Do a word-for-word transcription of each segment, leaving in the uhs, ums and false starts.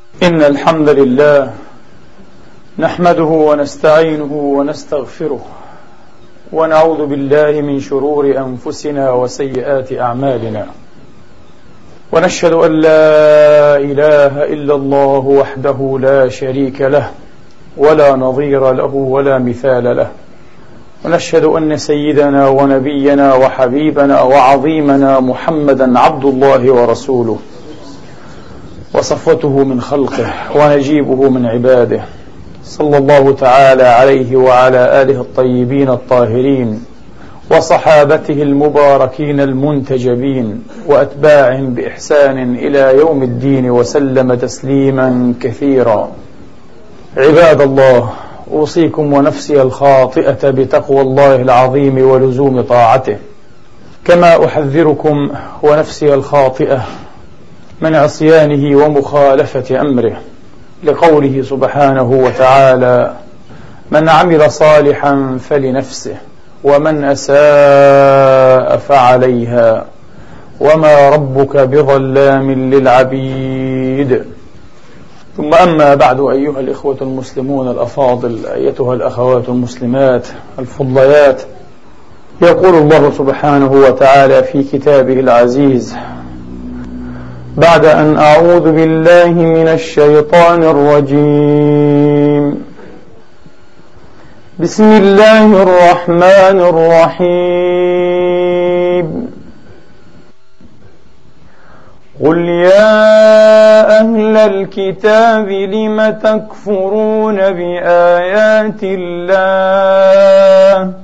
إن الحمد لله نحمده ونستعينه ونستغفره ونعوذ بالله من شرور أنفسنا وسيئات أعمالنا، ونشهد أن لا إله إلا الله وحده لا شريك له ولا نظير له ولا مثال له، ونشهد أن سيدنا ونبينا وحبيبنا وعظيمنا محمدا عبد الله ورسوله وصفوته من خلقه ونجيبه من عباده، صلى الله تعالى عليه وعلى آله الطيبين الطاهرين وصحابته المباركين المنتجبين وأتباعهم بإحسان إلى يوم الدين وسلم تسليما كثيرا. عباد الله، أوصيكم ونفسي الخاطئة بتقوى الله العظيم ولزوم طاعته، كما أحذركم ونفسي الخاطئة من عصيانه ومخالفة أمره، لقوله سبحانه وتعالى: من عمل صالحا فلنفسه ومن أساء فعليها وما ربك بظلام للعبيد. ثم أما بعد، أيها الإخوة المسلمون الأفاضل، أيتها الأخوات المسلمات الفضليات، يقول الله سبحانه وتعالى في كتابه العزيز بعد أن أعوذ بالله من الشيطان الرجيم: بسم الله الرحمن الرحيم. قل يا أهل الكتاب لم تكفرون بآيات الله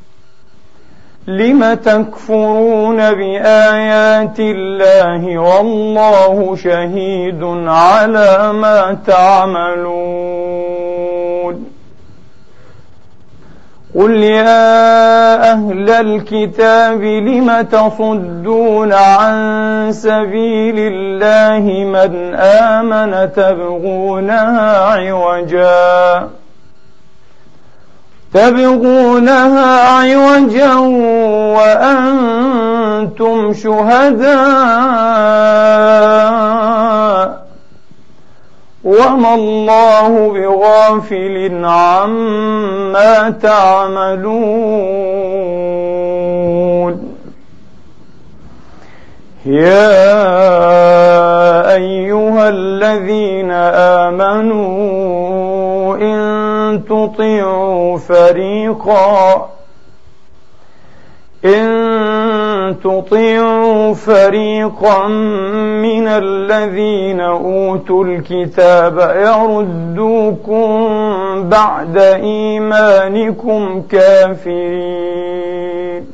لم تكفرون بآيات الله والله شهيد على ما تعملون. قل يا أهل الكتاب لم تصدون عن سبيل الله من آمن تبغونها عوجا تبغونها عوجا وأنتم شهداء وما الله بغافل عما تعملون. يا أيها الذين آمنوا إن تطيعوا فريقا إن تطيعوا فريقا من الذين أوتوا الكتاب يردوكم بعد إيمانكم كافرين،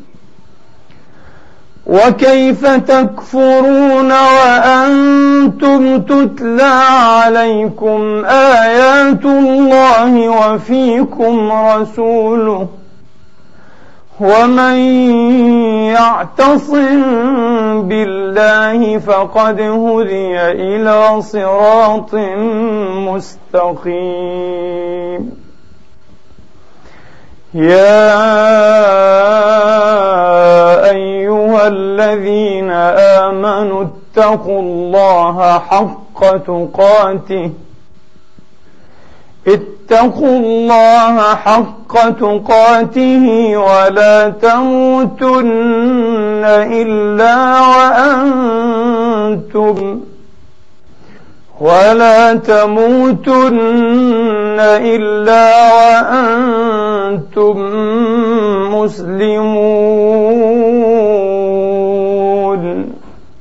وكيف تكفرون وأنتم تتلى عليكم آيات الله وفيكم رسوله، ومن يعتصم بالله فقد هدي إلى صراط مستقيم. يا أيها الذين آمنوا اتقوا الله حق تقاته اتقوا الله حق تقاته ولا تموتن إلا وأنتم ولا تموتن إلا وأنتم مسلمون.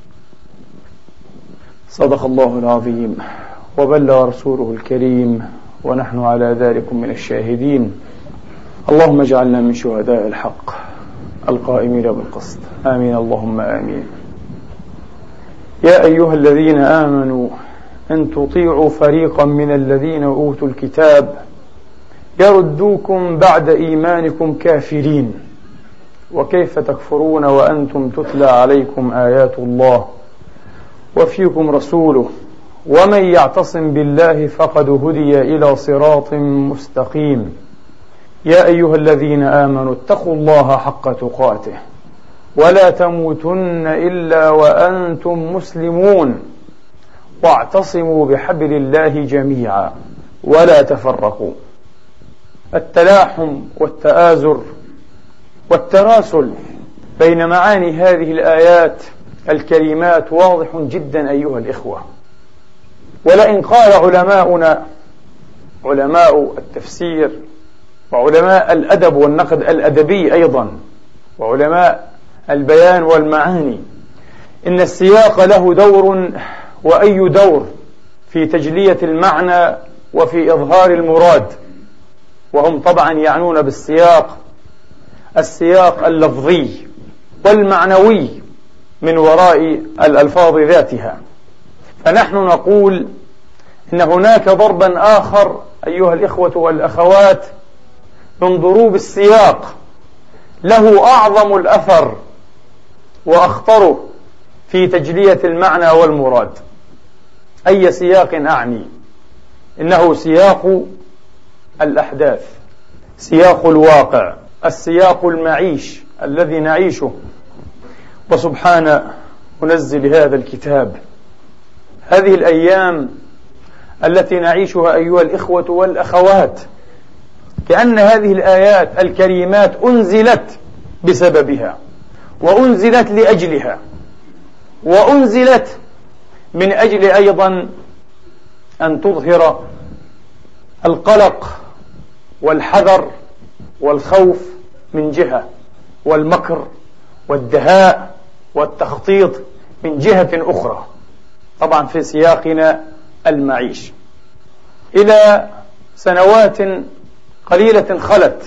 صدق الله العظيم وبلغ رسوله الكريم ونحن على ذلك من الشاهدين. اللهم اجعلنا من شهداء الحق القائمين بالقسط، آمين اللهم آمين. يا أيها الذين آمنوا أن تطيعوا فريقا من الذين أوتوا الكتاب يردوكم بعد إيمانكم كافرين، وكيف تكفرون وأنتم تتلى عليكم آيات الله وفيكم رسوله، ومن يعتصم بالله فقد هدي إلى صراط مستقيم. يا أيها الذين آمنوا اتقوا الله حق تقاته ولا تموتن إلا وأنتم مسلمون، واعتصموا بحبل الله جميعا ولا تفرقوا. التلاحم والتآزر والتراسل بين معاني هذه الآيات الكريمات واضح جدا أيها الإخوة. ولئن قال علماؤنا، علماء التفسير وعلماء الأدب والنقد الأدبي أيضا وعلماء البيان والمعاني، إن السياق له دور، وأي دور، في تجلية المعنى وفي إظهار المراد. وهم طبعا يعنون بالسياق السياق اللفظي والمعنوي من وراء الألفاظ ذاتها. فنحن نقول إن هناك ضربا آخر أيها الإخوة والأخوات من ضروب السياق له أعظم الأثر وأخطره في تجلية المعنى والمراد. أي سياق أعني؟ إنه سياق الأحداث، سياق الواقع، السياق المعيش الذي نعيشه. وسبحان منزل هذا الكتاب، هذه الأيام التي نعيشها أيها الإخوة والأخوات كأن هذه الآيات الكريمات أنزلت بسببها، وأنزلت لأجلها، وأنزلت من أجل أيضا أن تظهر القلق والحذر والخوف من جهة، والمكر والدهاء والتخطيط من جهة أخرى، طبعا في سياقنا المعيش. إلى سنوات قليلة خلت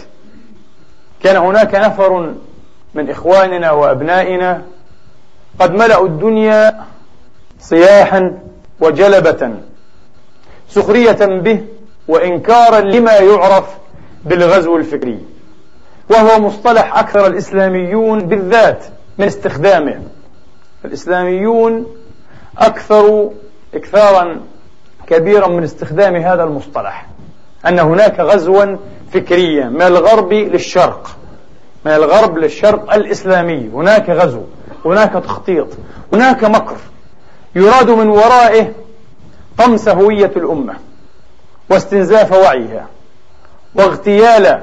كان هناك نفر من إخواننا وأبنائنا قد ملأوا الدنيا صياحا وجلبة سخرية به وإنكارا لما يعرف بالغزو الفكري، وهو مصطلح أكثر الإسلاميون بالذات من استخدامه. الإسلاميون أكثر إكثارا كبيرا من استخدام هذا المصطلح، أن هناك غزوا فكريا من الغرب للشرق، من الغرب للشرق الإسلامي، هناك غزو، هناك تخطيط، هناك مكر يراد من ورائه طمس هوية الأمة واستنزاف وعيها واغتيال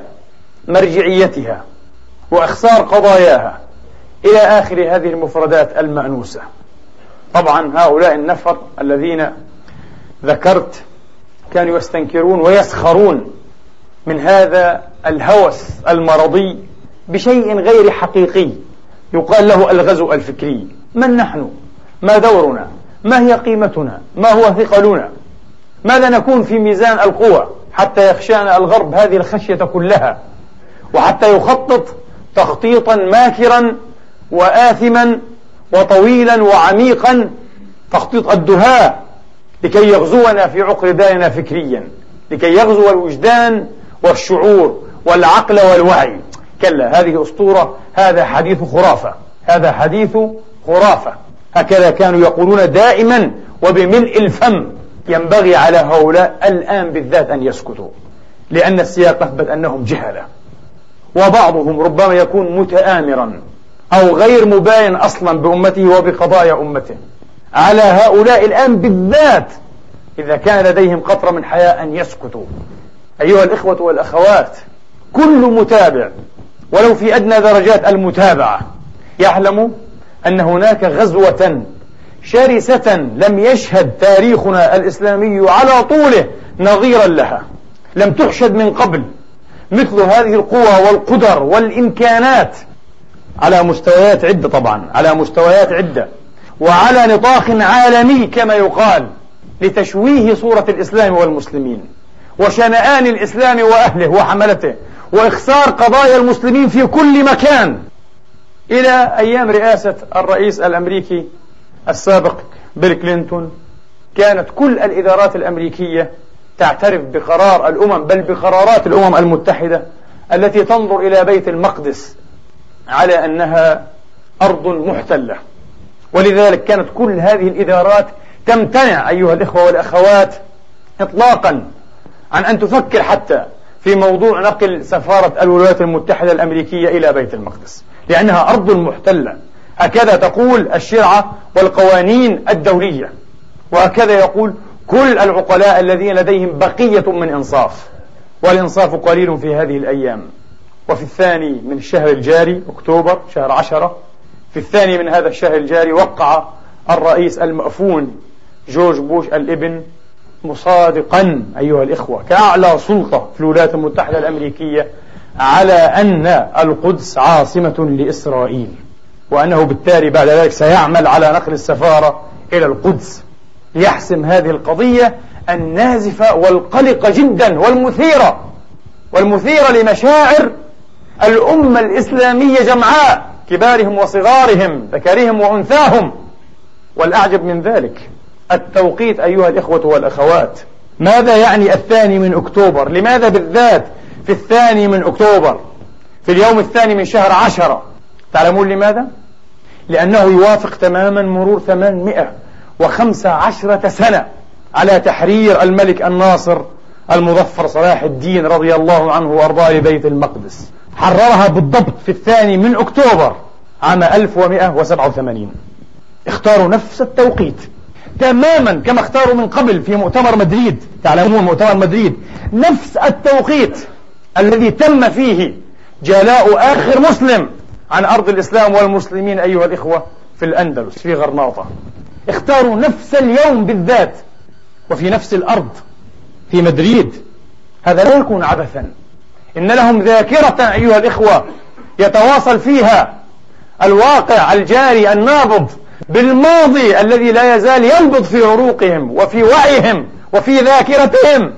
مرجعيتها وإخسار قضاياها إلى آخر هذه المفردات المأنوسة. طبعا هؤلاء النفر الذين ذكرت كانوا يستنكرون ويسخرون من هذا الهوس المرضي بشيء غير حقيقي يقال له الغزو الفكري. من نحن؟ ما دورنا؟ ما هي قيمتنا؟ ما هو ثقلنا؟ ماذا نكون في ميزان القوى حتى يخشانا الغرب هذه الخشية كلها، وحتى يخطط تخطيطا ماكرا وآثما وطويلا وعميقا، تخطيط الدهاء، لكي يغزونا في عقر دارنا فكريا، لكي يغزو الوجدان والشعور والعقل والوعي. كلا، هذه أسطورة، هذا حديث خرافة، هذا حديث خرافة. هكذا كانوا يقولون دائما وبملء الفم. ينبغي على هؤلاء الآن بالذات أن يسكتوا، لأن السياق أثبت أنهم جهلة، وبعضهم ربما يكون متآمرا أو غير مباين أصلا بأمته وبقضايا أمته. على هؤلاء الآن بالذات إذا كان لديهم قطرة من حياة أن يسكتوا. أيها الإخوة والأخوات، كل متابع ولو في أدنى درجات المتابعة يعلم أن هناك غزوة شرسة لم يشهد تاريخنا الإسلامي على طوله نظيرا لها، لم تحشد من قبل مثل هذه القوى والقدر والإمكانات على مستويات عدة، طبعا على مستويات عدة وعلى نطاق عالمي كما يقال، لتشويه صورة الإسلام والمسلمين وشنآن الإسلام وأهله وحملته وإخسار قضايا المسلمين في كل مكان. إلى أيام رئاسة الرئيس الأمريكي السابق بيل كلينتون كانت كل الإدارات الأمريكية تعترف بقرار الأمم، بل بقرارات الأمم المتحدة التي تنظر إلى بيت المقدس على أنها أرض محتلة. ولذلك كانت كل هذه الإدارات تمتنع أيها الإخوة والأخوات إطلاقا عن أن تفكر حتى في موضوع نقل سفارة الولايات المتحدة الأمريكية إلى بيت المقدس، لأنها أرض محتلة. هكذا تقول الشرعة والقوانين الدولية. وهكذا يقول كل العقلاء الذين لديهم بقية من إنصاف، والإنصاف قليل في هذه الأيام. وفي الثاني من الشهر الجاري أكتوبر شهر عشرة، في الثاني من هذا الشهر الجاري وقع الرئيس المأفون جورج بوش الابن مصادقا أيها الإخوة كأعلى سلطة في الولايات المتحدة الأمريكية على أن القدس عاصمة لإسرائيل، وأنه بالتالي بعد ذلك سيعمل على نقل السفارة إلى القدس ليحسم هذه القضية النازفة والقلقة جدا والمثيرة والمثيرة لمشاعر الأمة الإسلامية جمعاء، كبارهم وصغارهم، ذكرهم وأنثاهم. والأعجب من ذلك التوقيت أيها الإخوة والأخوات. ماذا يعني الثاني من أكتوبر؟ لماذا بالذات في الثاني من أكتوبر، في اليوم الثاني من شهر عشرة؟ تعلمون لماذا؟ لأنه يوافق تماما مرور ثمانمائة وخمسة عشرة سنة على تحرير الملك الناصر المظفر صلاح الدين رضي الله عنه وأرضاه لبيت المقدس. حررها بالضبط في الثاني من أكتوبر عام ألف ومائة وسبعة وثمانين. اختاروا نفس التوقيت تماما كما اختاروا من قبل في مؤتمر مدريد. تعلمون مؤتمر مدريد نفس التوقيت الذي تم فيه جلاء آخر مسلم عن أرض الإسلام والمسلمين أيها الإخوة في الأندلس في غرناطة. اختاروا نفس اليوم بالذات وفي نفس الأرض في مدريد. هذا لا يكون عبثا، إن لهم ذاكرة أيها الإخوة يتواصل فيها الواقع الجاري النابض بالماضي الذي لا يزال ينبض في عروقهم وفي وعيهم وفي ذاكرتهم.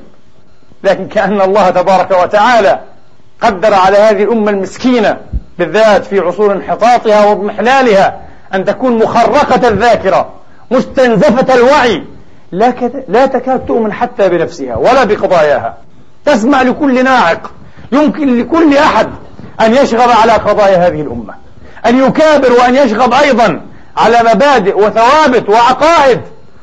لكن كأن الله تبارك وتعالى قدر على هذه الأمة المسكينة بالذات في عصور انحطاطها واضمحلالها أن تكون مخرقة الذاكرة مستنزفة الوعي، لا, كد... لا تكاد تؤمن حتى بنفسها ولا بقضاياها. تسمع لكل ناعق، يمكن لكل أحد أن يشغب على قضايا هذه الأمة، أن يكابر وأن يشغب أيضا على مبادئ وثوابت وعقائد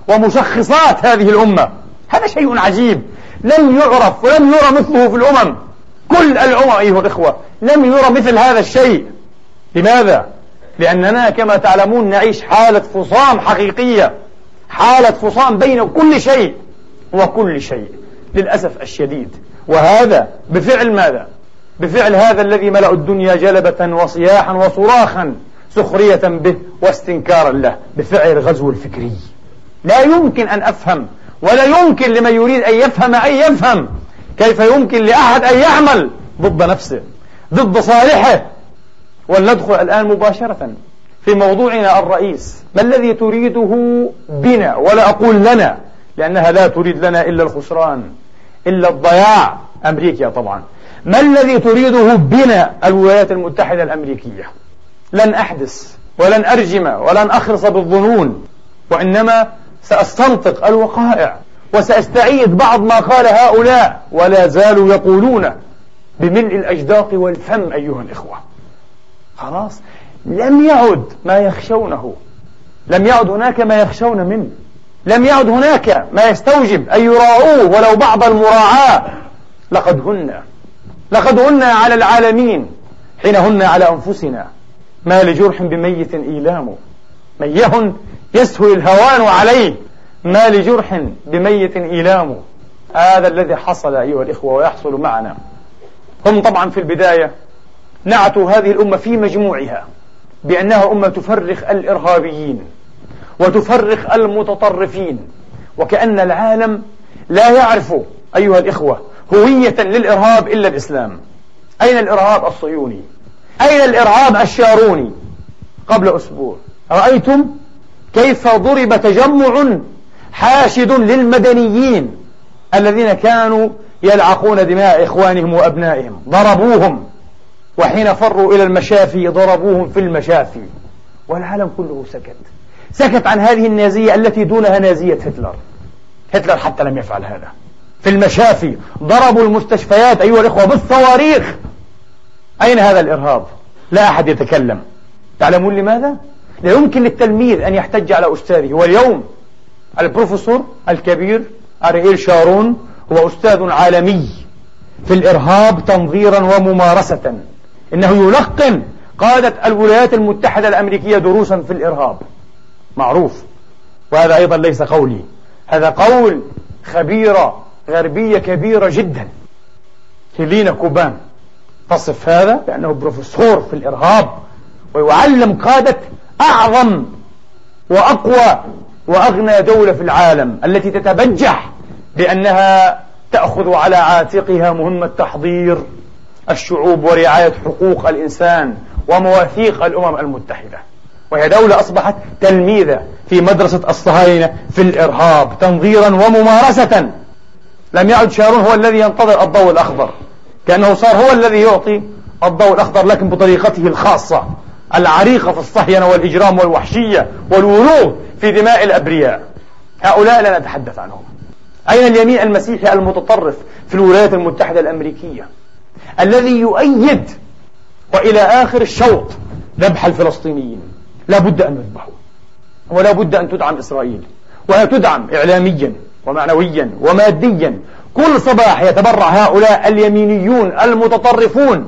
ومشخصات هذه الأمة. هذا شيء عجيب لم يعرف ولم يرى مثله في الأمم. كل الأمم أيها الإخوة لم يرى مثل هذا الشيء. لماذا؟ لأننا كما تعلمون نعيش حالة فصام حقيقية، حالة فصام بين كل شيء وكل شيء للأسف الشديد. وهذا بفعل ماذا؟ بفعل هذا الذي ملأ الدنيا جلبة وصياحا وصراخا سخرية به واستنكارا له، بفعل الغزو الفكري. لا يمكن أن أفهم ولا يمكن لمن يريد أن يفهم أن يفهم كيف يمكن لأحد أن يعمل ضد نفسه ضد صالحه. ولندخل الآن مباشرة في موضوعنا الرئيس. ما الذي تريده بنا؟ ولا أقول لنا لأنها لا تريد لنا إلا الخسران إلا الضياع، أمريكا طبعا. ما الذي تريده بنا الولايات المتحدة الأمريكية؟ لن أحدث ولن أرجم ولن أخرص بالظنون، وإنما سأستنطق الوقائع وسأستعيد بعض ما قال هؤلاء ولا زالوا يقولون بملء الأجداق والفم أيها الإخوة. خلاص لم يعد ما يخشونه، لم يعد هناك ما يخشون منه، لم يعد هناك ما يستوجب أن يراعوه ولو بعض المراعاة. لقد هن لقد هن على العالمين حين هن على أنفسنا. ما لجرح بميت إيلام، من يهن يسهل الهوان عليه، ما لجرح بميت إيلام. هذا الذي حصل أيها الإخوة ويحصل معنا. هم طبعا في البداية نعتوا هذه الأمة في مجموعها بأنها أمة تفرخ الإرهابيين وتفرخ المتطرفين، وكأن العالم لا يعرف أيها الإخوة هوية للإرهاب إلا الإسلام. أين الإرهاب الصهيوني؟ أين الإرهاب الشاروني؟ قبل أسبوع رأيتم كيف ضرب تجمع حاشد للمدنيين الذين كانوا يلعقون دماء إخوانهم وأبنائهم، ضربوهم، وحين فروا إلى المشافي ضربوهم في المشافي، والعالم كله سكت سكت عن هذه النازية التي دونها نازية هتلر. هتلر حتى لم يفعل هذا. في المشافي ضربوا المستشفيات أيها الإخوة بالصواريخ. أين هذا الإرهاب؟ لا أحد يتكلم. تعلمون لماذا؟ لا يمكن للتلميذ أن يحتج على أستاذه. واليوم البروفيسور الكبير أرييل شارون هو أستاذ عالمي في الإرهاب تنظيرا وممارسة، إنه يلقن قادة الولايات المتحدة الأمريكية دروسا في الإرهاب، معروف. وهذا أيضا ليس قولي، هذا قول خبيرة غربية كبيرة جدا، هيلينا كوبان تصف هذا بأنه بروفيسور في الإرهاب ويعلم قادة أعظم وأقوى وأغنى دولة في العالم التي تتبجح بأنها تأخذ على عاتقها مهمة تحضير الشعوب ورعاية حقوق الإنسان ومواثيق الأمم المتحدة، وهي دولة أصبحت تلميذة في مدرسة الصهاينة في الإرهاب تنظيرا وممارسة. لم يعد شارون هو الذي ينتظر الضوء الأخضر، كأنه صار هو الذي يعطي الضوء الأخضر لكن بطريقته الخاصة العريقة في الصهينة والإجرام والوحشية والولوغ في دماء الأبرياء. هؤلاء لا نتحدث عنهم. أين اليمين المسيحي المتطرف في الولايات المتحدة الأمريكية الذي يؤيد وإلى آخر الشوط ذبح الفلسطينيين؟ لا بد أن يذبحوا ولا بد أن تدعم إسرائيل، وهي تدعم إعلاميا ومعنويا وماديا. كل صباح يتبرع هؤلاء اليمينيون المتطرفون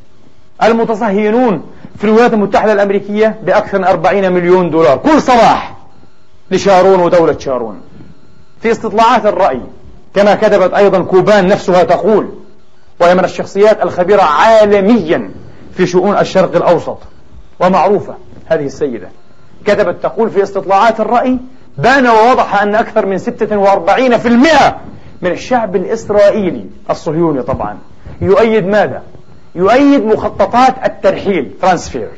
المتصهينون في الولايات المتحدة الأمريكية بأكثر من أربعين مليون دولار كل صباح لشارون ودولة شارون في استطلاعات الرأي، كما كتبت أيضا كوبان نفسها تقول، وهي من الشخصيات الخبيرة عالميا في شؤون الشرق الأوسط ومعروفة هذه السيدة. كتبت تقول في استطلاعات الرأي بان ووضح أن أكثر من ستة وأربعين بالمئة من الشعب الإسرائيلي الصهيوني طبعا يؤيد ماذا؟ يؤيد مخططات الترحيل ترانسفير.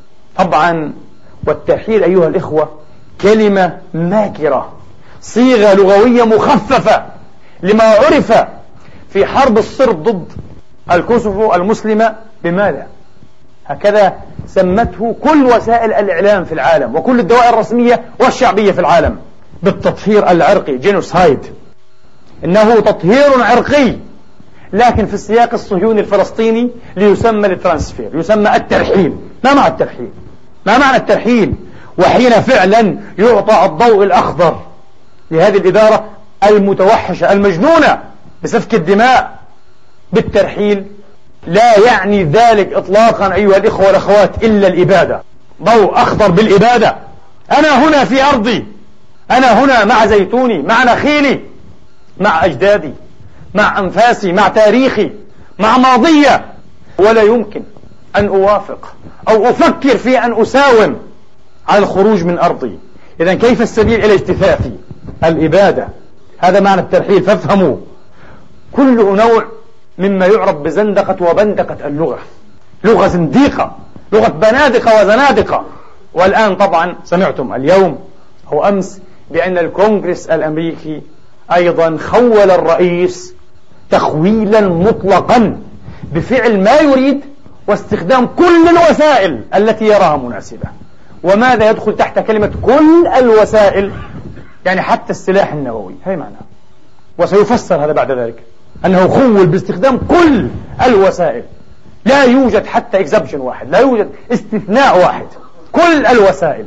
طبعا والترحيل أيها الإخوة كلمة ماكرة، صيغة لغوية مخففة لما عرف في حرب الصرب ضد الكوسوفو المسلمة بماذا؟ هكذا سمته كل وسائل الإعلام في العالم وكل الدوائر الرسمية والشعبية في العالم، بالتطهير العرقي، جينوسايد. إنه تطهير عرقي، لكن في السياق الصهيوني الفلسطيني ليسمى الترانسفير، يسمى الترحيل. ما معنى الترحيل؟ ما معنى الترحيل؟ وحين فعلا يعطى الضوء الأخضر لهذه الإدارة المتوحشة المجنونة بسفك الدماء بالترحيل، لا يعني ذلك إطلاقا أيها الإخوة والأخوات إلا الإبادة. ضوء أخضر بالإبادة. أنا هنا في أرضي، أنا هنا مع زيتوني، مع نخيلي، مع أجدادي، مع أنفاسي، مع تاريخي، مع ماضية، ولا يمكن أن أوافق أو أفكر في أن أساوم على الخروج من أرضي. إذن كيف السبيل إلى اجتثاثي؟ الإبادة. هذا معنى الترحيل. فافهموا، كل نوع مما يعرف بزندقة وبندقة اللغة، لغة زنديقة، لغة بنادقة وزنادقة. والآن طبعا سمعتم اليوم أو أمس بأن الكونغرس الأمريكي أيضا خول الرئيس تخويلا مطلقا بفعل ما يريد واستخدام كل الوسائل التي يراها مناسبة. وماذا يدخل تحت كلمة كل الوسائل؟ يعني حتى السلاح النووي، هي معناه. وسيفسر هذا بعد ذلك أنه خول باستخدام كل الوسائل، لا يوجد حتى إكزبشن واحد، لا يوجد استثناء واحد، كل الوسائل.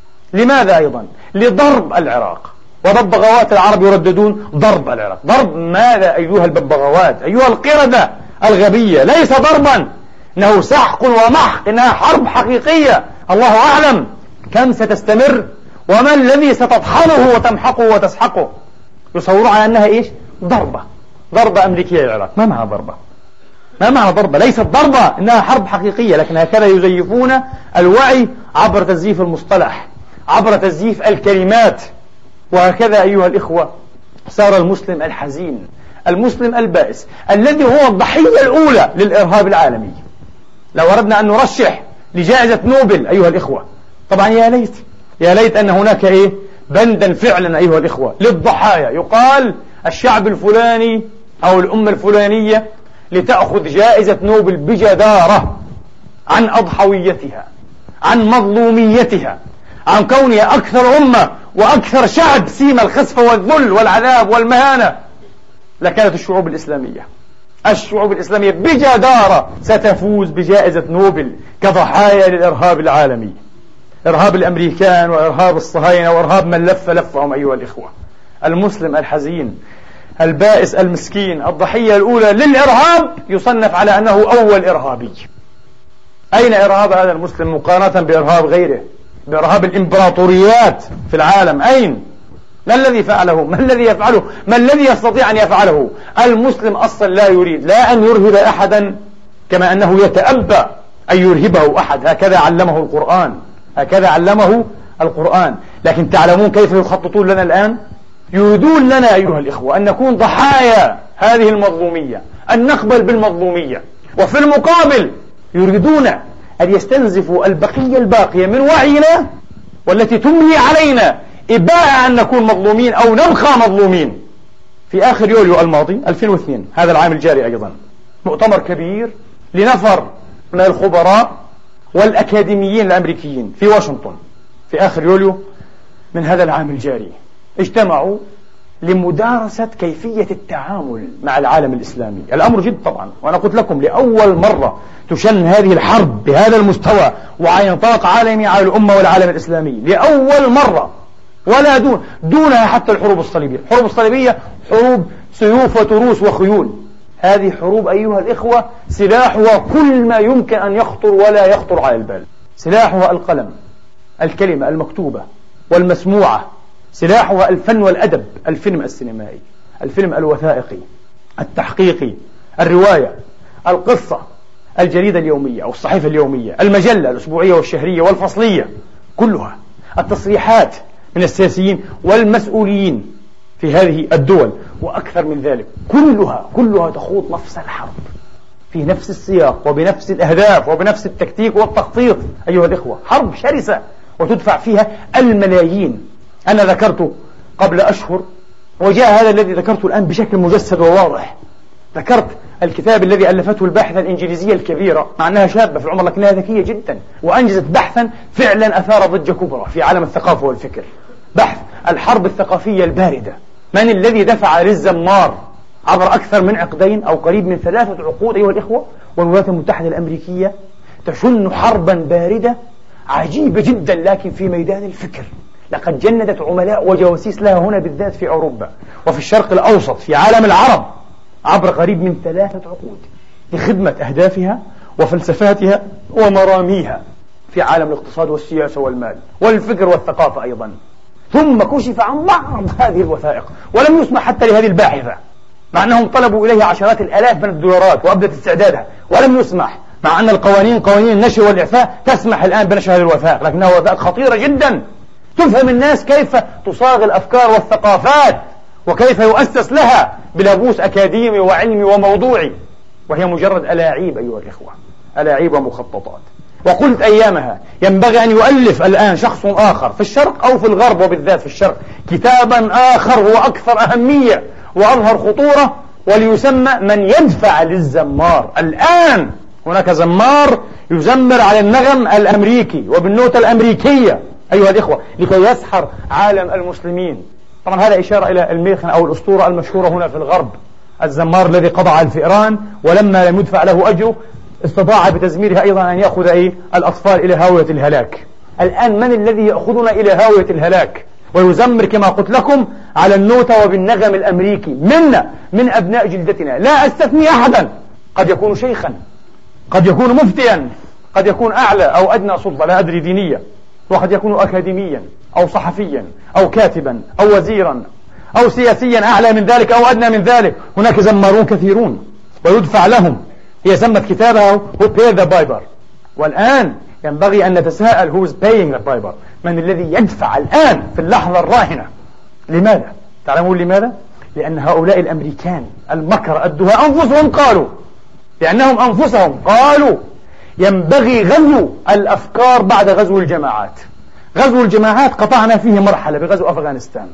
لماذا أيضا؟ لضرب العراق. وببغاوات العرب يرددون ضرب العراق. ضرب ماذا أيها الببغاوات، أيها القردة الغبية؟ ليس ضربا، إنه سحق ومحق، إنها حرب حقيقية. الله أعلم كم ستستمر وما الذي ستطحنه وتمحقه وتسحقه. يصورون على أنها إيش؟ ضربة، ضربة أمريكية للعراق. ما معنى ضربة؟ ما معنى ضربة؟ ليست ضربة، إنها حرب حقيقية. لكن هكذا يزيفون الوعي عبر تزييف المصطلح، عبر تزييف الكلمات. وهكذا أيها الإخوة صار المسلم الحزين، المسلم البائس، الذي هو الضحية الأولى للإرهاب العالمي. لو أردنا أن نرشح لجائزة نوبل أيها الإخوة، طبعا يا ليت يا ليت أن هناك إيه بندا فعلا أيها الإخوة للضحايا، يقال الشعب الفلاني أو الأمة الفلانية لتأخذ جائزة نوبل بجدارة عن أضحويتها، عن مظلوميتها، عن كونها أكثر أمة وأكثر شعب سيم الخسف والذل والعذاب والمهانة، لكانت الشعوب الإسلامية. الشعوب الإسلامية بجدارة ستفوز بجائزة نوبل كضحايا للإرهاب العالمي، إرهاب الأمريكان وإرهاب الصهاينة وإرهاب من لف لفهم أيها الإخوة. المسلم الحزين البائس المسكين الضحية الأولى للإرهاب يصنف على أنه أول إرهابي. أين إرهاب هذا المسلم مقارنة بإرهاب غيره، بإرهاب الإمبراطوريات في العالم؟ أين؟ ما الذي فعله؟ ما الذي يفعله؟ ما الذي يستطيع أن يفعله؟ المسلم أصلا لا يريد لا أن يرهب أحدا كما أنه يتأبى أن يرهبه أحد. هكذا علمه القرآن، هكذا علمه القرآن. لكن تعلمون كيف يخططون لنا الآن؟ يريدون لنا أيها الإخوة أن نكون ضحايا هذه المظلومية، أن نقبل بالمظلومية، وفي المقابل يريدون أن يستنزفوا البقية الباقية من وعينا والتي تملي علينا إباء أن نكون مظلومين أو نبقى مظلومين. في آخر يوليو الماضي ألفين واثنين، هذا العام الجاري أيضا، مؤتمر كبير لنفر من الخبراء والأكاديميين الأمريكيين في واشنطن في آخر يوليو من هذا العام الجاري، اجتمعوا لمدارسة كيفية التعامل مع العالم الإسلامي. الأمر جد طبعا، وأنا قلت لكم لأول مرة تشن هذه الحرب بهذا المستوى وعلى نطاق عالمي على الأمة والعالم الإسلامي لأول مرة، ولا دون دونها حتى الحروب الصليبية. الحروب الصليبية حروب سيوف وتروس وخيول، هذه حروب أيها الإخوة سلاحها كل ما يمكن أن يخطر ولا يخطر على البال. سلاحها القلم، الكلمة المكتوبة والمسموعة، سلاحها الفن والأدب، الفيلم السينمائي، الفيلم الوثائقي، التحقيقي، الرواية، القصة، الجريدة اليومية أو الصحيفة اليومية، المجلة الأسبوعية والشهرية والفصلية، كلها، التصريحات من السياسيين والمسؤولين في هذه الدول، وأكثر من ذلك، كلها كلها تخوض نفس الحرب في نفس السياق وبنفس الأهداف وبنفس التكتيك والتخطيط. أيها الإخوة حرب شرسة وتدفع فيها الملايين. أنا ذكرت قبل أشهر وجاء هذا الذي ذكرته الآن بشكل مجسد وواضح، ذكرت الكتاب الذي ألفته الباحثة الإنجليزية الكبيرة، مع أنها شابة في العمر لكنها ذكية جدا وأنجزت بحثا فعلا أثار ضجة كبرى في عالم الثقافة والفكر، بحث الحرب الثقافية الباردة. من الذي دفع للزمار عبر أكثر من عقدين أو قريب من ثلاثة عقود أيها الإخوة، والولايات المتحدة الأمريكية تشن حربا باردة عجيبة جدا لكن في ميدان الفكر. لقد جندت عملاء وجواسيس لها هنا بالذات في أوروبا وفي الشرق الأوسط في عالم العرب عبر قريب من ثلاثة عقود لخدمة أهدافها وفلسفاتها ومراميها في عالم الاقتصاد والسياسة والمال والفكر والثقافة أيضا. ثم كشف عن بعض هذه الوثائق ولم يسمح حتى لهذه الباحثة، مع أنهم طلبوا إليها عشرات الآلاف من الدولارات وأبدت استعدادها، ولم يسمح، مع أن القوانين قوانين النشر والإعفاء تسمح الآن بنشر هذه الوثائق، لكنها وثائق خطيرة جدا تفهم الناس كيف تصاغ الأفكار والثقافات وكيف يؤسس لها بلابوس أكاديمي وعلمي وموضوعي، وهي مجرد ألاعيب أيها الإخوة، ألاعيب ومخططات. وقلت أيامها ينبغي أن يؤلف الآن شخص آخر في الشرق أو في الغرب وبالذات في الشرق كتابا آخر هو أكثر أهمية وأظهر خطورة، وليسمى من يدفع للزمار. الآن هناك زمار يزمر على النغم الأمريكي وبالنوتة الأمريكية أيها الإخوة لكي يسحر عالم المسلمين. طبعا هذا إشارة إلى الميخن أو الأسطورة المشهورة هنا في الغرب، الزمار الذي قضى على الفئران ولما لم يدفع له أجره استطاع بتزميرها أيضا أن يأخذ أي الأطفال إلى هاوية الهلاك. الآن من الذي يأخذنا إلى هاوية الهلاك ويزمر كما قلت لكم على النوتة وبالنغم الأمريكي منا من أبناء جلدتنا؟ لا أستثني أحدا، قد يكون شيخا، قد يكون مفتيا، قد يكون أعلى أو أدنى سلطة لا أدري دينية، وقد يكون أكاديميا أو صحفيا أو كاتبا أو وزيرا أو سياسيا أعلى من ذلك أو أدنى من ذلك. هناك زمارون كثيرون ويدفع لهم. هي سمت كتابها Who Paid the Piper، والآن ينبغي أن نتساءل Who is paying the piper، من الذي يدفع الآن في اللحظة الراهنة. لماذا؟ تعلمون لماذا؟ لأن هؤلاء الأمريكان المكر الدهاء أنفسهم قالوا، لأنهم أنفسهم قالوا ينبغي غزو الأفكار بعد غزو الجماعات. غزو الجماعات قطعنا فيه مرحلة بغزو أفغانستان،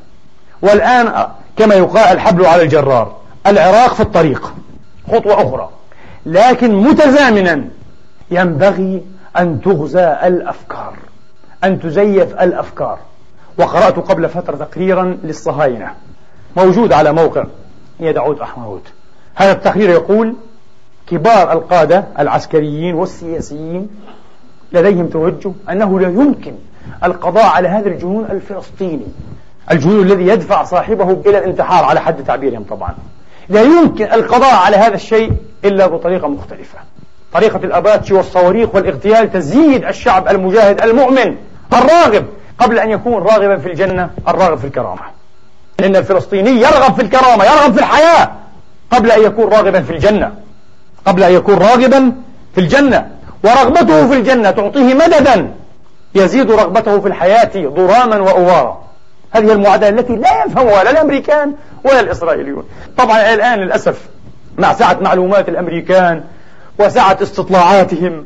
والآن كما يقال الحبل على الجرار، العراق في الطريق خطوة أخرى، لكن متزامنا ينبغي أن تغزى الأفكار، أن تزيف الأفكار. وقرأت قبل فترة تقريرا للصهاينة موجود على موقع يدعوت أحمد. هذا التقرير يقول كبار القادة العسكريين والسياسيين لديهم توجه أنه لا يمكن القضاء على هذا الجنون الفلسطيني، الجنون الذي يدفع صاحبه إلى الانتحار على حد تعبيرهم طبعا. لا يمكن القضاء على هذا الشيء إلا بطريقة مختلفة، طريقة الأباتشي والصواريخ والاغتيال تزيد الشعب المجاهد المؤمن الراغب قبل أن يكون راغبا في الجنة الراغب في الكرامة. إن الفلسطيني يرغب في الكرامة، يرغب في الحياة قبل أن يكون راغبا في الجنة، قبل أن يكون راغبا في الجنة. ورغبته في الجنة تعطيه مددا يزيد رغبته في الحياة ضراما وأوارا. هذه المعادلة التي لا يفهمها لا الأمريكان ولا الإسرائيليون. طبعا الآن للأسف مع سعة معلومات الأمريكان وسعة استطلاعاتهم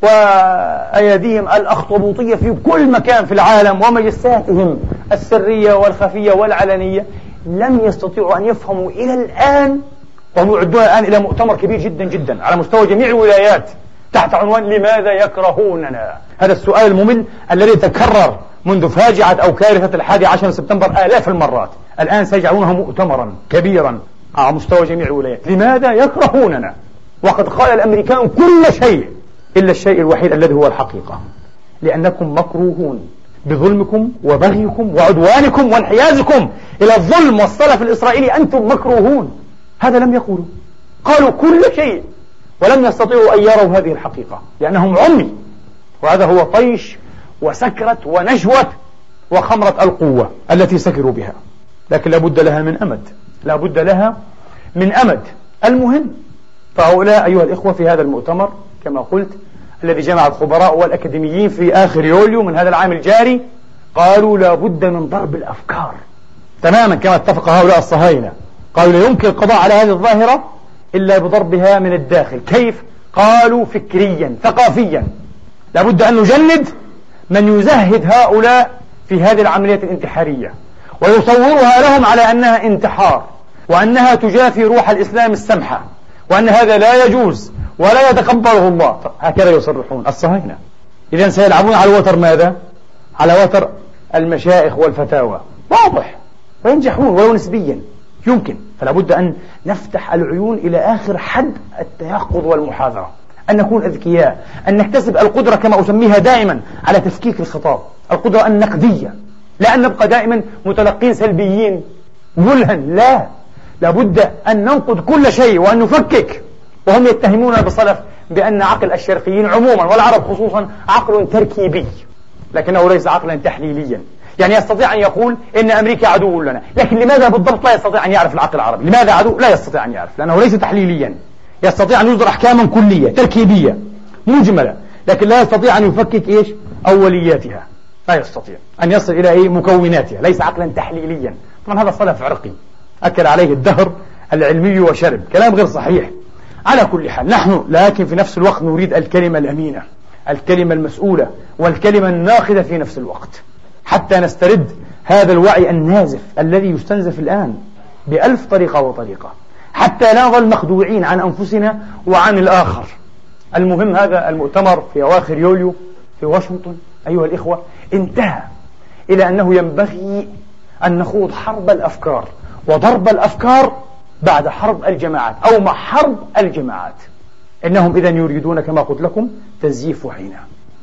وأياديهم الأخطبوطية في كل مكان في العالم ومجساتهم السرية والخفية والعلنية، لم يستطيعوا أن يفهموا إلى الآن، وهم يعدون الآن إلى مؤتمر كبير جدا جدا على مستوى جميع الولايات تحت عنوان لماذا يكرهوننا. هذا السؤال الممل الذي تكرر منذ فاجعة أو كارثة الحادي عشر سبتمبر آلاف المرات، الآن سيجعلونه مؤتمرا كبيرا على مستوى جميع الولايات. لماذا يكرهوننا؟ وقد قال الأمريكان كل شيء إلا الشيء الوحيد الذي هو الحقيقة، لأنكم مكروهون بظلمكم وبغيكم وعدوانكم وانحيازكم إلى الظلم والصلف الإسرائيلي، أنتم مكروهون. هذا لم يقولوا، قالوا كل شيء ولم يستطيعوا أن يروا هذه الحقيقة لأنهم عمي. وهذا هو طيش وسكرة ونشوة وخمرة القوة التي سكروا بها. لكن لابد لها من أمد، لابد لها من أمد. المهم فهؤلاء أيها الإخوة في هذا المؤتمر كما قلت الذي جمع الخبراء والأكاديميين في آخر يوليو من هذا العام الجاري، قالوا لابد من ضرب الأفكار تماما كما اتفق هؤلاء الصهاينة. قالوا لا يمكن القضاء على هذه الظاهرة إلا بضربها من الداخل. كيف؟ قالوا فكريا ثقافيا. لابد أن نجند من يزهد هؤلاء في هذه العملية الانتحارية ويصورها لهم على أنها انتحار وأنها تجافي روح الإسلام السمحة وأن هذا لا يجوز ولا يتقبله الله. هكذا يصرحون الصهاينة. إذن سيلعبون على وتر ماذا؟ على وتر المشائخ والفتاوى. واضح. وينجحون ولو نسبيا يمكن. فلا بد أن نفتح العيون إلى آخر حد التيقظ والمحاذرة، أن نكون أذكياء، أن نكتسب القدرة كما أسميها دائما على تفكيك الخطاب، القدرة النقدية، لا أن نبقى دائما متلقين سلبيين ملهن. لا، لابد أن ننقد كل شيء وأن نفكك. وهم يتهمون بالصلف بأن عقل الشرقيين عموما والعرب خصوصا عقل تركيبي، لكنه ليس عقلا تحليليا. يعني يستطيع أن يقول إن أمريكا عدو لنا، لكن لماذا بالضبط لا يستطيع أن يعرف العقل العربي؟ لماذا عدو؟ لا يستطيع أن يعرف، لأنه ليس تحليليا. يستطيع أن يصدر أحكاما كلية تركيبية مجملة، لكن لا يستطيع أن يفكك إيش؟ أولياتها. لا يستطيع أن يصل إلى إيه؟ مكوناتها. ليس عقلا تحليليا. طبعا هذا صلف عرقي أكل عليه الدهر العلمي وشرب، كلام غير صحيح. على كل حال نحن لكن في نفس الوقت نريد الكلمة الأمينة، الكلمة المسؤولة، والكلمة الناخذة في نفس الوقت، حتى نسترد هذا الوعي النازف الذي يستنزف الآن بألف طريقة وطريقة، حتى لا نظل مخدوعين عن أنفسنا وعن الآخر. المهم هذا المؤتمر في أواخر يوليو في واشنطن أيها الإخوة انتهى إلى أنه ينبغي أن نخوض حرب الأفكار وضرب الأفكار بعد حرب الجماعات أو مع حرب الجماعات. إنهم إذن يريدون كما قلت لكم تزييف وحينا.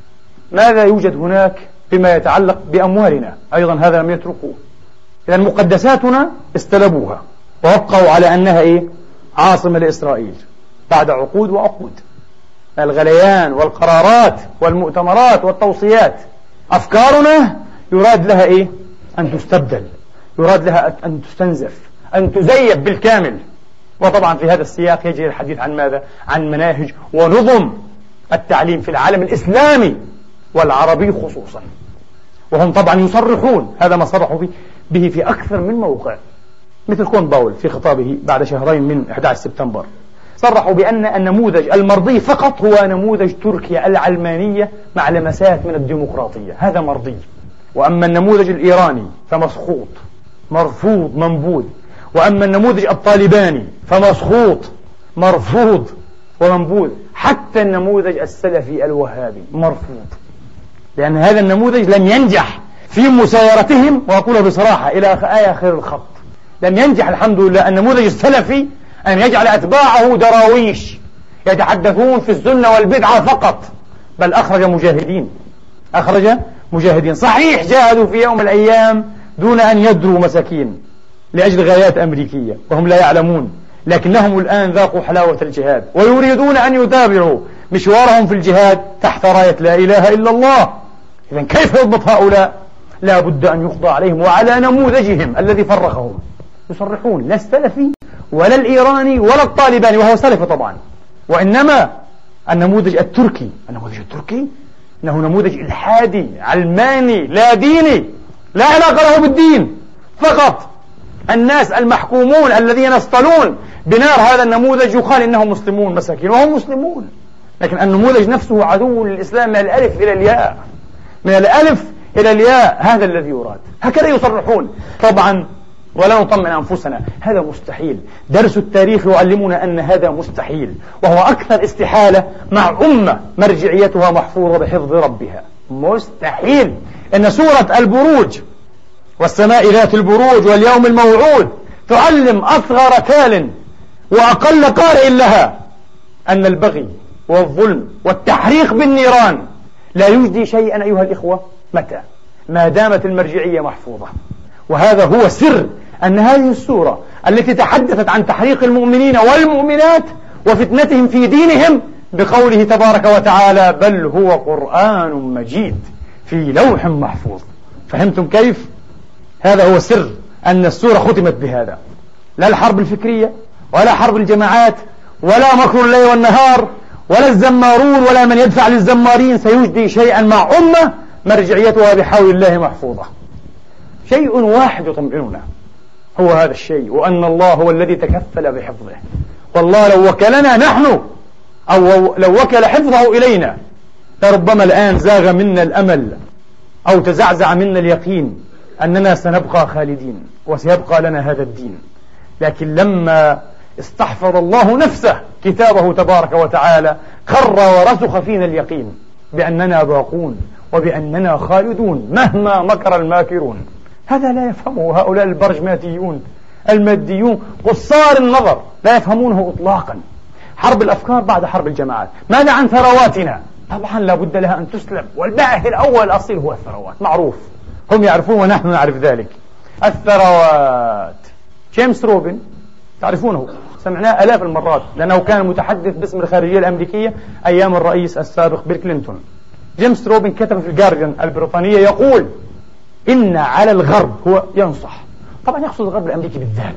ماذا يوجد هناك بما يتعلق بأموالنا؟ أيضا هذا لم يتركوه. إذن مقدساتنا استلبوها ووقعوا على أنها إيه؟ عاصمة لإسرائيل بعد عقود وعقود، الغليان والقرارات والمؤتمرات والتوصيات. أفكارنا يراد لها إيه؟ أن تستبدل، يراد لها أن تستنزف، أن تزيف بالكامل. وطبعا في هذا السياق يجري الحديث عن ماذا؟ عن مناهج ونظم التعليم في العالم الإسلامي والعربي خصوصا. وهم طبعا يصرحون، هذا ما صرحوا به في أكثر من موقع، مثل كون باول في خطابه بعد شهرين من أحد عشر سبتمبر صرحوا بأن النموذج المرضي فقط هو نموذج تركيا العلمانية مع لمسات من الديمقراطية، هذا مرضي. وأما النموذج الإيراني فمسخوط مرفوض منبوذ، وأما النموذج الطالباني فمسخوط مرفوض ومنبوذ. حتى النموذج السلفي الوهابي مرفوض، لأن هذا النموذج لم ينجح في مسايرتهم، وأقول بصراحة إلى آخر الخط لم ينجح الحمد لله النموذج السلفي أن يجعل أتباعه دراويش يتحدثون في السنة والبدعة فقط، بل أخرج مجاهدين، أخرج مجاهدين صحيح جاهدوا في يوم من الأيام دون أن يدروا مساكين لأجل غايات أمريكية وهم لا يعلمون، لكنهم الآن ذاقوا حلاوة الجهاد ويريدون أن يتابعوا مشوارهم في الجهاد تحت راية لا إله إلا الله. إذن كيف يضبط هؤلاء لا بد أن يقضى عليهم وعلى نموذجهم الذي فرقهم. يصرحون لا السلفي ولا الإيراني ولا الطالباني، وهو سلفي طبعا، وإنما النموذج التركي. النموذج التركي إنه نموذج إلحادي علماني لا ديني، لا علاقة له بالدين، فقط الناس المحكومون الذين يصطلون بنار هذا النموذج يقال إنهم مسلمون مساكين، وهم مسلمون، لكن النموذج نفسه عدو للإسلام من الألف إلى الياء، من الألف إلى الياء. هذا الذي يراد، هكذا يصرحون. طبعا ولا نطمئن أنفسنا، هذا مستحيل. درس التاريخ يعلمنا أن هذا مستحيل، وهو أكثر استحالة مع أمة مرجعيتها محفوظة بحفظ ربها. مستحيل أن سورة البروج والسماء ذات البروج واليوم الموعود تعلم أصغر تال وأقل قارئ لها أن البغي والظلم والتحريق بالنيران لا يجدي شيئا أيها الإخوة. متى؟ ما دامت المرجعية محفوظة. وهذا هو سر أن هذه السورة التي تحدثت عن تحريق المؤمنين والمؤمنات وفتنتهم في دينهم بقوله تبارك وتعالى بل هو قرآن مجيد في لوح محفوظ. فهمتم كيف؟ هذا هو سر أن السورة ختمت بهذا. لا الحرب الفكرية ولا حرب الجماعات ولا مكر الليل والنهار ولا الزمارون ولا من يدفع للزمارين سيجدي شيئا مع أمة مرجعيتها بحول الله محفوظة. شيء واحد يطمئننا، هو هذا الشيء، وأن الله هو الذي تكفل بحفظه. والله لو وكلنا نحن أو لو وكل حفظه إلينا لربما الآن زاغ منا الأمل أو تزعزع منا اليقين أننا سنبقى خالدين وسيبقى لنا هذا الدين. لكن لما استحفظ الله نفسه كتابه تبارك وتعالى خر ورسخ فينا اليقين بأننا باقون وبأننا خالدون مهما مكر الماكرون. هذا لا يفهمه هؤلاء البرجماتيون الماديون قصار النظر، لا يفهمونه إطلاقا. حرب الأفكار بعد حرب الجماعات. ماذا عن ثرواتنا؟ طبعا لا بد لها أن تسلم، والباعث الأول الأصيل هو الثروات، معروف، هم يعرفون ونحن نعرف ذلك. الثروات. جيمس روبن تعرفونه، سمعناه آلاف المرات لأنه كان متحدث باسم الخارجية الأمريكية أيام الرئيس السابق بيل كلينتون. جيمس روبن كتب في الجارديان البريطانية يقول إن على الغرب، هو ينصح طبعا يقصد الغرب الأمريكي بالذات،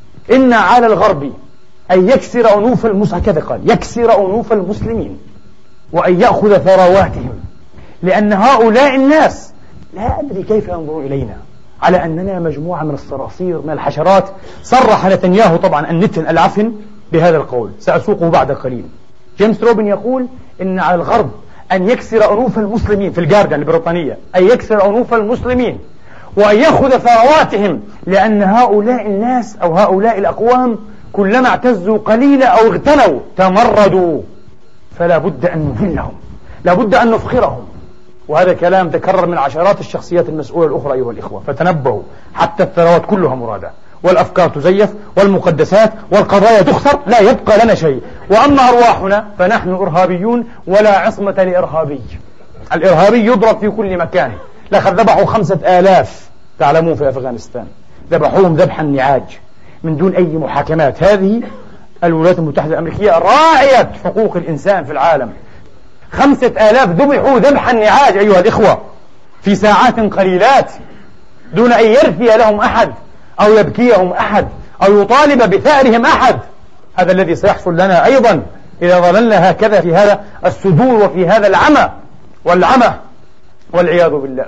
إن على الغرب أن يكسر أنوف المسلمين، كذا قال، يكسر أنوف المسلمين وأن يأخذ ثرواتهم، لأن هؤلاء الناس لا أدري كيف ينظرون إلينا على أننا مجموعة من الصراصير من الحشرات. صرح نتنياهو طبعا النتن العفن بهذا القول، سأسوقه بعد قليل. جيمس روبن يقول إن على الغرب أن يكسر أنوف المسلمين، في الجارديان البريطانية، أن يكسر أنوف المسلمين وأن يأخذ ثرواتهم، لأن هؤلاء الناس أو هؤلاء الأقوام كلما اعتزوا قليلا أو اغتنوا تمردوا، فلا بد أن نذلهم، لا بد أن نفخرهم. وهذا كلام تكرر من عشرات الشخصيات المسؤولة الأخرى أيها الإخوة. فتنبهوا، حتى الثروات كلها مرادة، والأفكار تزيف، والمقدسات والقضايا تخسر، لا يبقى لنا شيء. وأما أرواحنا فنحن إرهابيون ولا عصمة لإرهابي. الإرهابي يضرب في كل مكان. لقد ذبحوا خمسة آلاف تعلمون في أفغانستان، ذبحوهم ذبح النعاج من دون أي محاكمات. هذه الولايات المتحدة الأمريكية راعية حقوق الإنسان في العالم. خمسة آلاف ذبحوا ذبح النعاج أيها الإخوة في ساعات قليلات دون أن يرثي لهم أحد أو يبكيهم أحد أو يطالب بثأرهم أحد. هذا الذي سيحصل لنا أيضا إذا ظللنا هكذا في هذا السدور وفي هذا العمى والعمى والعياذ بالله.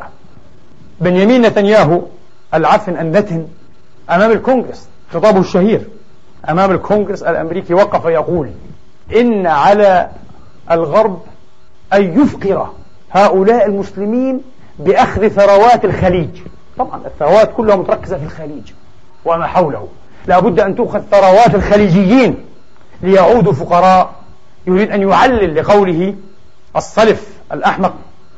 بنيامين نتنياهو العفن النتن أمام الكونغرس، خطابه الشهير أمام الكونغرس الأمريكي، وقف يقول إن على الغرب أن يفقر هؤلاء المسلمين بأخذ ثروات الخليج. طبعا الثروات كلها متركزة في الخليج وما حوله، لا بد أن تؤخذ ثروات الخليجيين ليعودوا فقراء. يريد أن يعلل لقوله الصلف الأحمق،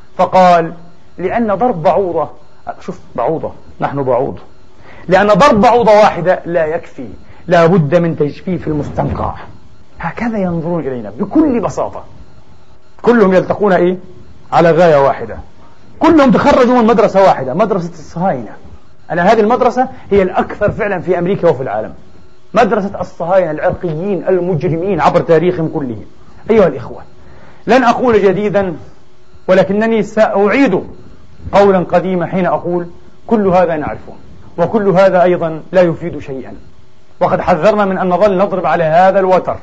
فقال لأن ضرب بعوضة، شوف بعوضة، نحن بعوض، لأن ضرب بعوضة واحدة لا يكفي، لا بد من تجفيف المستنقع. هكذا ينظرون إلينا بكل بساطة. كلهم يلتقون إيه؟ على غاية واحدة، كلهم تخرجوا من مدرسة واحدة، مدرسة الصهاينة. أنا هذه المدرسة هي الأكثر فعلا في أمريكا وفي العالم، مدرسة الصهاينة العرقيين المجرمين عبر تاريخهم كله. أيها الإخوة، لن أقول جديدا ولكنني سأعيد قولا قديما حين أقول كل هذا نعرفه، وكل هذا أيضا لا يفيد شيئا، وقد حذرنا من أن نظل نضرب على هذا الوتر.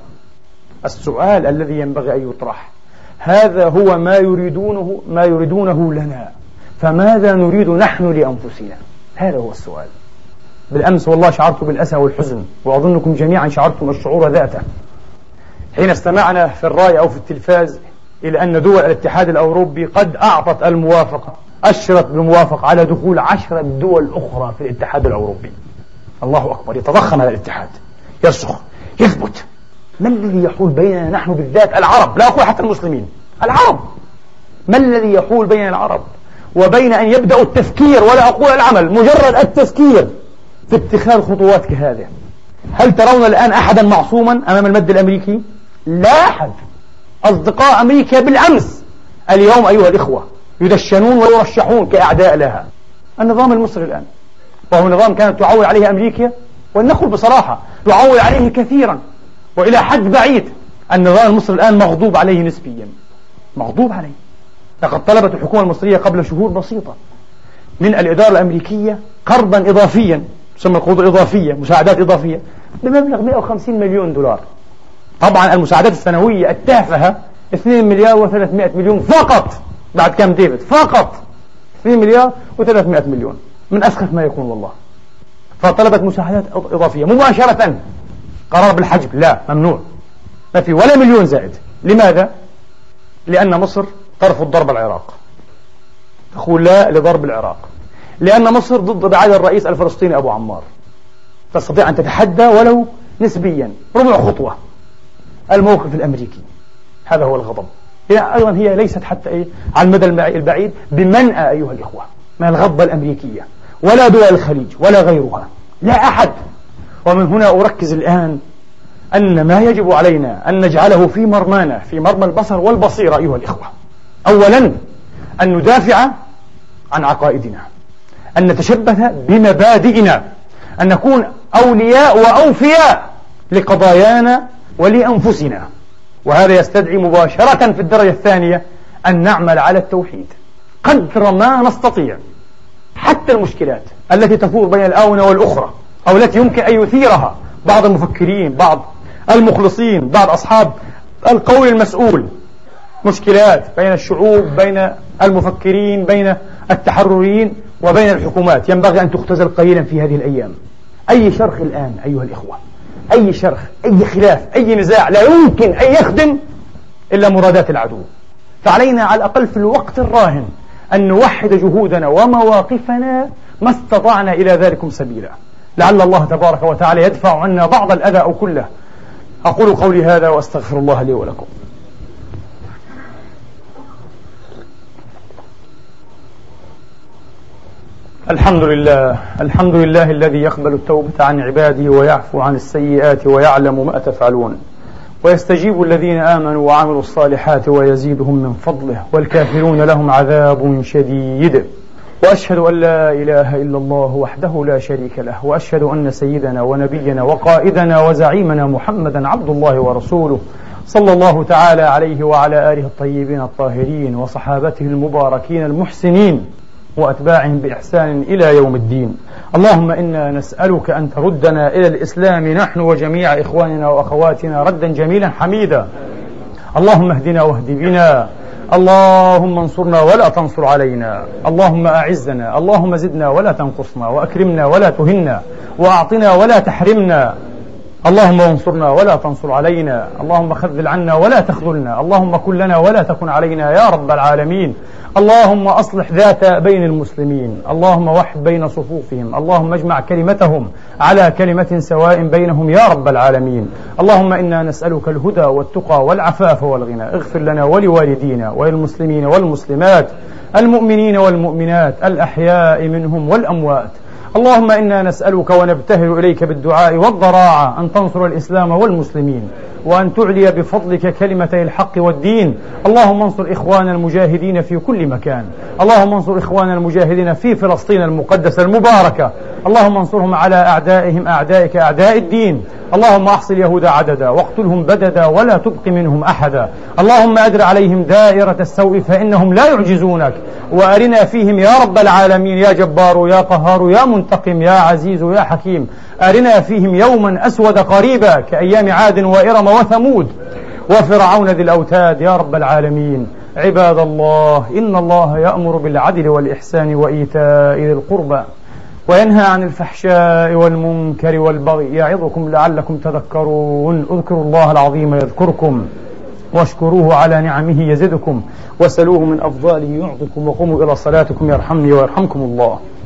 السؤال الذي ينبغي أن يطرح: هذا هو ما يريدونه ما يريدونه لنا، فماذا نريد نحن لأنفسنا؟ هذا هو السؤال. بالأمس والله شعرت بالأسى والحزن، وأظنكم جميعا شعرتم الشعور ذاته، حين استمعنا في الرأي أو في التلفاز إلى أن دول الاتحاد الأوروبي قد أعطت الموافقة، أشرت بالموافقة على دخول عشرة دول أخرى في الاتحاد الأوروبي. الله أكبر، يتضخم هذا الاتحاد، يرسخ، يثبت. ما الذي يحول بيننا نحن بالذات العرب؟ لا أقول حتى المسلمين، العرب. ما الذي يحول بين العرب وبين أن يبدأوا التفكير، ولا أقول العمل، مجرد التفكير في اتخاذ خطوات كهذه؟ هل ترون الآن أحدا معصوما أمام المد الأمريكي؟ لا أحد. أصدقاء أمريكا بالأمس اليوم أيها الإخوة يدشنون ويرشحون كأعداء لها. النظام المصري الآن، وهو نظام كانت تعول عليه أمريكا، ولنقل بصراحة تعول عليه كثيرا وإلى حد بعيد. النظام المصري الآن مغضوب عليه نسبيا، مغضوب عليه. لقد طلبت الحكومة المصرية قبل شهور بسيطة من الإدارة الأمريكية قرضا إضافيا، تسمى القروض الإضافية، مساعدات إضافية بمبلغ مئة وخمسين مليون دولار. طبعا المساعدات السنوية التافهة اثنين مليار وثلاثمائة مليون فقط بعد كام ديفيد، فقط اثنين مليار وثلاثمائة مليون، من أسخف ما يكون والله. فطلبت مساعدات إضافية مباشرة، قرار بالحجب، لا، ممنوع، ما في ولا مليون زائد. لماذا؟ لأن مصر ترفض ضرب العراق، تقول لا لضرب العراق، لأن مصر ضد ابعاد الرئيس الفلسطيني أبو عمار، تستطيع أن تتحدى ولو نسبيا ربع خطوة الموقف الأمريكي. هذا هو الغضب. يعني أيضا هي ليست حتى إيه على المدى البعيد بمنأى أيها الإخوة من الغضبة الأمريكية، ولا دول الخليج ولا غيرها، لا أحد. ومن هنا أركز الآن أن ما يجب علينا أن نجعله في مرمانا، في مرمى البصر والبصيرة أيها الإخوة. أولا أن ندافع عن عقائدنا، أن نتشبث بمبادئنا، أن نكون أولياء وأوفياء لقضايانا ولأنفسنا. وهذا يستدعي مباشرة في الدرجة الثانية أن نعمل على التوحيد قدر ما نستطيع، حتى المشكلات التي تثور بين الآونة والأخرى، أو التي يمكن أن يثيرها بعض المفكرين، بعض المخلصين، بعض أصحاب القول المسؤول. مشكلات بين الشعوب، بين المفكرين، بين التحرريين، وبين الحكومات، ينبغي أن تختزل قليلا في هذه الأيام. أي شرخ الآن أيها الإخوة، أي شرخ، أي خلاف، أي نزاع لا يمكن أن يخدم إلا مرادات العدو. فعلينا على الأقل في الوقت الراهن أن نوحد جهودنا ومواقفنا ما استطعنا إلى ذلكم سبيلا، لعل الله تبارك وتعالى يدفع عنا بعض الأذى أو كله. أقول قولي هذا وأستغفر الله لي ولكم. الحمد لله، الحمد لله الذي يقبل التوبة عن عباده ويعفو عن السيئات ويعلم ما تفعلون، ويستجيب الذين آمنوا وعملوا الصالحات ويزيدهم من فضله، والكافرون لهم عذاب شديد. وأشهد أن لا إله إلا الله وحده لا شريك له، وأشهد أن سيدنا ونبينا وقائدنا وزعيمنا محمدا عبد الله ورسوله، صلى الله تعالى عليه وعلى آله الطيبين الطاهرين وصحابته المباركين المحسنين وأتباعهم بإحسان إلى يوم الدين. اللهم إنا نسألك أن تردنا إلى الإسلام نحن وجميع إخواننا وأخواتنا ردا جميلا حميدا. اللهم اهدنا واهد بنا، اللهم انصرنا ولا تنصر علينا، اللهم أعزنا، اللهم زدنا ولا تنقصنا، وأكرمنا ولا تهنا، وأعطنا ولا تحرمنا. اللهم انصرنا ولا تنصر علينا، اللهم خذل عنا ولا تخذلنا، اللهم كن لنا ولا تكن علينا يا رب العالمين. اللهم أصلح ذات بين المسلمين، اللهم وحد بين صفوفهم، اللهم اجمع كلمتهم على كلمة سواء بينهم يا رب العالمين. اللهم إنا نسألك الهدى والتقى والعفاف والغنى. اغفر لنا ولوالدينا وللمسلمين والمسلمات، المؤمنين والمؤمنات، الأحياء منهم والأموات. اللهم إنا نسألك ونبتهل إليك بالدعاء والضراعة أن تنصر الإسلام والمسلمين، وأن تعلي بفضلك كلمتي الحق والدين. اللهم انصر إخوان المجاهدين في كل مكان، اللهم انصر إخوان المجاهدين في فلسطين المقدسة المباركة، اللهم انصرهم على أعدائهم أعدائك أعداء الدين. اللهم أحصي اليهود عددا واقتلهم بددا ولا تبق منهم أحدا. اللهم أدر عليهم دائرة السوء فإنهم لا يعجزونك، وأرنا فيهم يا رب العالمين يا جبار يا قهار يا منتقم يا عزيز يا حكيم، أرنا فيهم يوما أسود قريبا كأيام عاد وإرم وثمود وفرعون ذي الأوتاد يا رب العالمين. عباد الله، إن الله يأمر بالعدل والإحسان وإيتاء ذي القربى وينهى عن الفحشاء والمنكر والبغي يعظكم لعلكم تذكرون. اذكروا الله العظيم يذكركم، واشكروه على نعمه يزدكم، وسلوه من أفضاله يعطكم، وقوموا إلى صلاتكم يرحمني ويرحمكم الله.